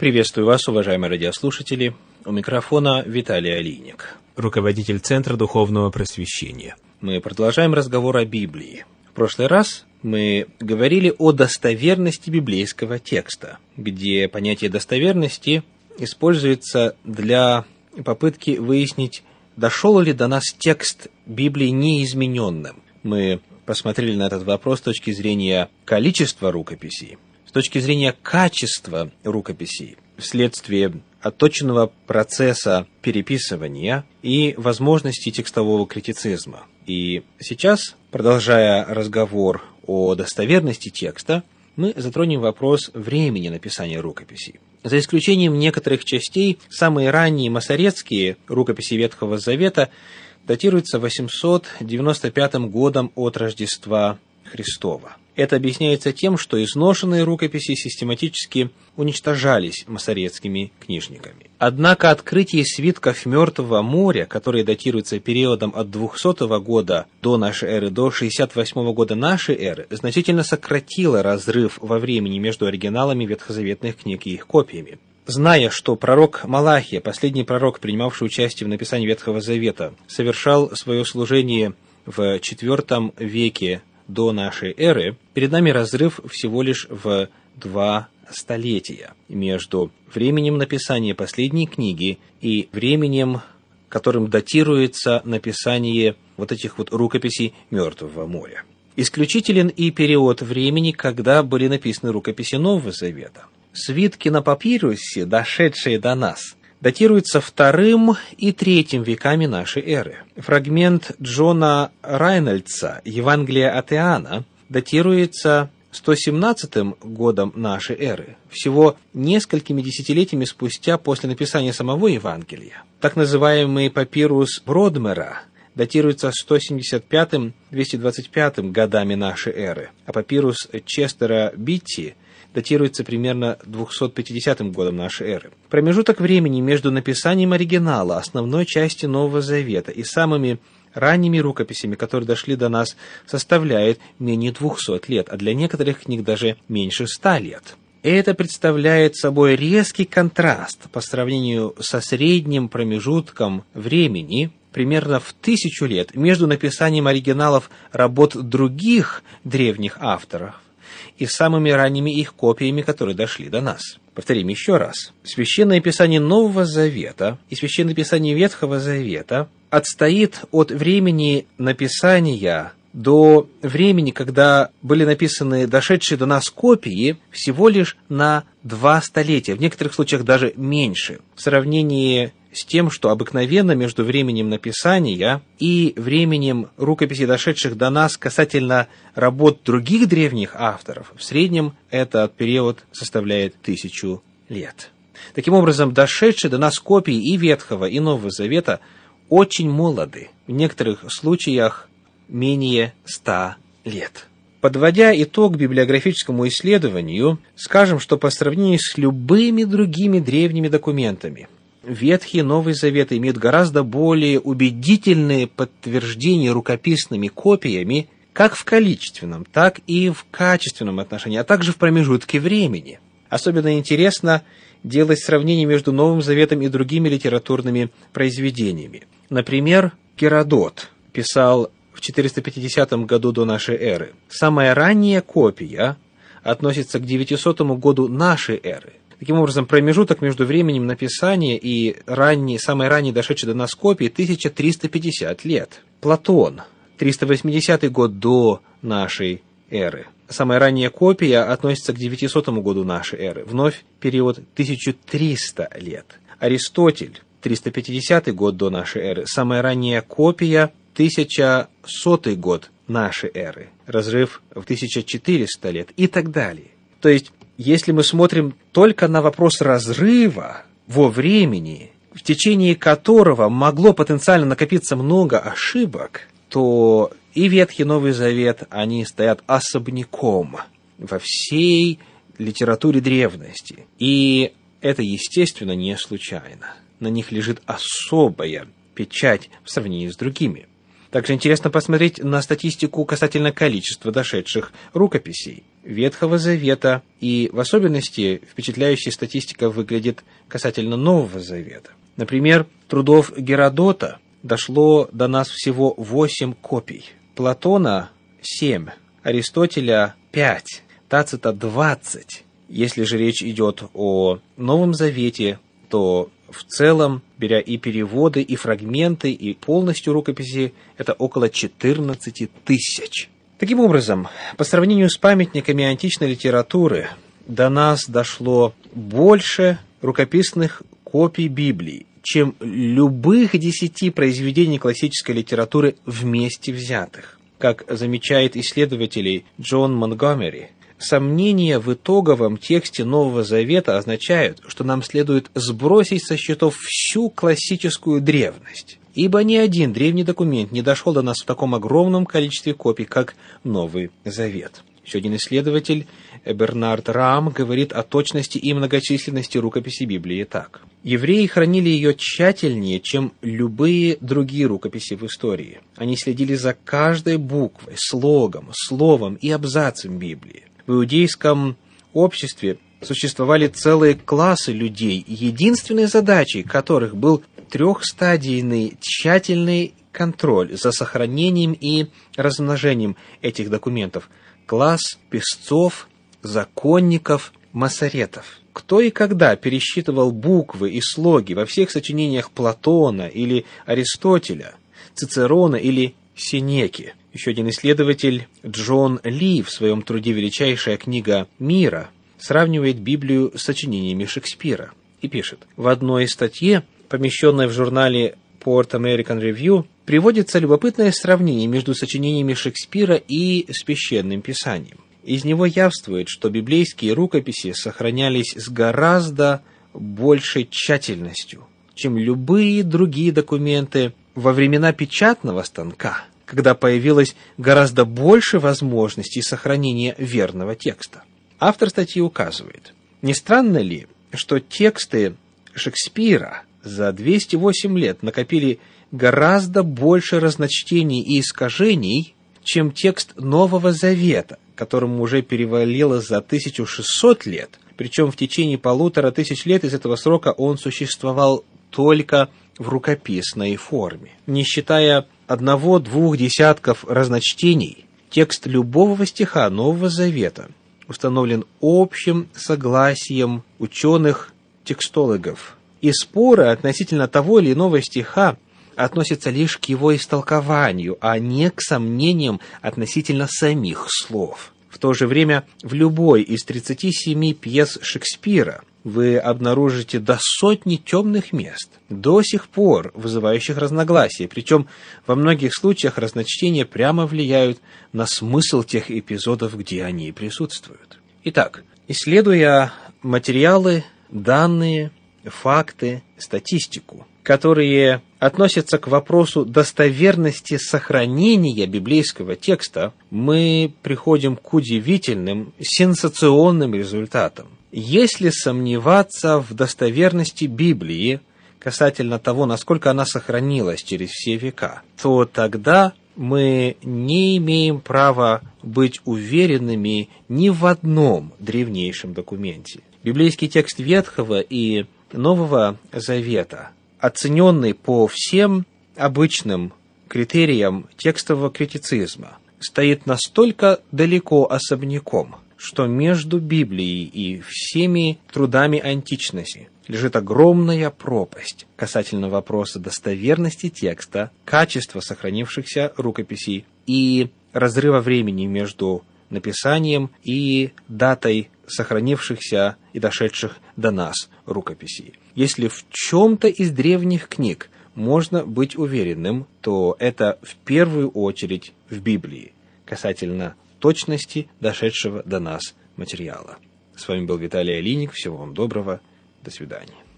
Приветствую вас, уважаемые радиослушатели. У микрофона Виталий Алиник, руководитель Центра Духовного Просвещения. Мы продолжаем разговор о Библии. В прошлый раз мы говорили о достоверности библейского текста, где понятие достоверности используется для попытки выяснить, дошел ли до нас текст Библии неизмененным. Мы посмотрели на этот вопрос с точки зрения количества рукописей, с точки зрения качества рукописей, вследствие отточенного процесса переписывания и возможности текстового критицизма. И сейчас, продолжая разговор о достоверности текста, мы затронем вопрос времени написания рукописей. За исключением некоторых частей, самые ранние масоретские рукописи Ветхого Завета датируются 895 годом от Рождества Христова. Это объясняется тем, что изношенные рукописи систематически уничтожались масоретскими книжниками. Однако открытие свитков Мертвого моря, которые датируются периодом от 200 года до нашей эры до 68 года нашей эры, значительно сократило разрыв во времени между оригиналами ветхозаветных книг и их копиями. Зная, что пророк Малахия, последний пророк, принимавший участие в написании Ветхого Завета, совершал свое служение в IV веке до нашей эры, перед нами разрыв всего лишь в 2 столетия между временем написания последней книги и временем, которым датируется написание вот этих вот рукописей Мертвого моря. Исключителен и период времени, когда были написаны рукописи Нового Завета. Свитки на папирусе, дошедшие до нас, датируются II и III веками нашей эры. Фрагмент Джона Райнольдса «Евангелие от Иоанна» датируется 117 годом нашей эры, всего несколькими десятилетиями спустя после написания самого Евангелия. Так называемый папирус Бродмера датируется 175-225 годами нашей эры, а папирус Честера Битти датируется примерно 250 годом нашей эры. Промежуток времени между написанием оригинала, основной части Нового Завета, и самыми ранними рукописями, которые дошли до нас, составляет менее 200 лет, а для некоторых книг даже меньше 100 лет. Это представляет собой резкий контраст по сравнению со средним промежутком времени, примерно в 1000 лет, между написанием оригиналов работ других древних авторов и самыми ранними их копиями, которые дошли до нас. Повторим еще раз. Священное Писание Нового Завета и Священное Писание Ветхого Завета отстоит от времени написания до времени, когда были написаны дошедшие до нас копии, всего лишь на 2 столетия, в некоторых случаях даже меньше, в сравнении с тем, что обыкновенно между временем написания и временем рукописей, дошедших до нас касательно работ других древних авторов, в среднем этот период составляет 1000 лет. Таким образом, дошедшие до нас копии и Ветхого, и Нового Завета очень молоды, в некоторых случаях менее 100 лет. Подводя итог библиографическому исследованию, скажем, что по сравнению с любыми другими древними документами, Ветхий и Новый Завет имеют гораздо более убедительные подтверждения рукописными копиями как в количественном, так и в качественном отношении, а также в промежутке времени. Особенно интересно делать сравнение между Новым Заветом и другими литературными произведениями. Например, Геродот писал в 450 году до нашей эры. Самая ранняя копия относится к 900 году нашей эры. Таким образом, промежуток между временем написания и самой ранней дошедшей до нас копии 1350 лет. Платон, 380 год до нашей эры. Самая ранняя копия относится к 900 году нашей эры. Вновь период 1300 лет. Аристотель, 350 год до нашей эры. Самая ранняя копия 1100 год нашей эры. Разрыв в 1400 лет и так далее. То есть, если мы смотрим только на вопрос разрыва во времени, в течение которого могло потенциально накопиться много ошибок, то и Ветхий, и Новый Завет, они стоят особняком во всей литературе древности. И это, естественно, не случайно. На них лежит особая печать в сравнении с другими. Также интересно посмотреть на статистику касательно количества дошедших рукописей. Ветхого Завета, и в особенности впечатляющая статистика выглядит касательно Нового Завета. Например, трудов Геродота дошло до нас всего 8 копий, Платона 7, Аристотеля 5, Тацита 20. Если же речь идет о Новом Завете, то в целом, беря и переводы, и фрагменты, и полностью рукописи, это около 14 тысяч. Таким образом, по сравнению с памятниками античной литературы, до нас дошло больше рукописных копий Библии, чем любых 10 произведений классической литературы вместе взятых. Как замечает исследователь Джон Монтгомери, сомнения в итоговом тексте Нового Завета означают, что нам следует сбросить со счетов всю классическую древность, ибо ни один древний документ не дошел до нас в таком огромном количестве копий, как Новый Завет. Еще один исследователь, Бернард Рам, говорит о точности и многочисленности рукописи Библии так. Евреи хранили ее тщательнее, чем любые другие рукописи в истории. Они следили за каждой буквой, слогом, словом и абзацем Библии. В иудейском обществе существовали целые классы людей, единственной задачей которых был трехстадийный тщательный контроль за сохранением и размножением этих документов. Класс писцов, законников, масоретов. Кто и когда пересчитывал буквы и слоги во всех сочинениях Платона или Аристотеля, Цицерона или Сенеки? Еще один исследователь, Джон Ли, в своем труде «Величайшая книга мира», сравнивает Библию с сочинениями Шекспира и пишет: в одной статье, помещенной в журнале Port American Review, приводится любопытное сравнение между сочинениями Шекспира и Священным Писанием. Из него явствует, что библейские рукописи сохранялись с гораздо большей тщательностью, чем любые другие документы во времена печатного станка, когда появилось гораздо больше возможностей сохранения верного текста. Автор статьи указывает: не странно ли, что тексты Шекспира за 208 лет накопили гораздо больше разночтений и искажений, чем текст Нового Завета, которому уже перевалило за 1600 лет, причем в течение 1500 лет из этого срока он существовал только в рукописной форме. Не считая 1-2 десятков разночтений, текст любого стиха Нового Завета установлен общим согласием ученых-текстологов, и споры относительно того или иного стиха относятся лишь к его истолкованию, а не к сомнениям относительно самих слов. В то же время в любой из 37 пьес Шекспира вы обнаружите до сотни темных мест, до сих пор вызывающих разногласия, причем во многих случаях разночтения прямо влияют на смысл тех эпизодов, где они присутствуют. Итак, исследуя материалы, данные, факты, статистику, которые относятся к вопросу достоверности сохранения библейского текста, мы приходим к удивительным, сенсационным результатам. Если сомневаться в достоверности Библии касательно того, насколько она сохранилась через все века, то тогда мы не имеем права быть уверенными ни в одном древнейшем документе. Библейский текст Ветхого и Нового Завета, оцененный по всем обычным критериям текстового критицизма, стоит настолько далеко особняком, что между Библией и всеми трудами античности лежит огромная пропасть касательно вопроса достоверности текста, качества сохранившихся рукописей и разрыва времени между написанием и датой сохранившихся и дошедших до нас рукописей. Если в чем-то из древних книг можно быть уверенным, то это в первую очередь в Библии, касательно точности дошедшего до нас материала. С вами был Виталий Алиник. Всего вам доброго. До свидания.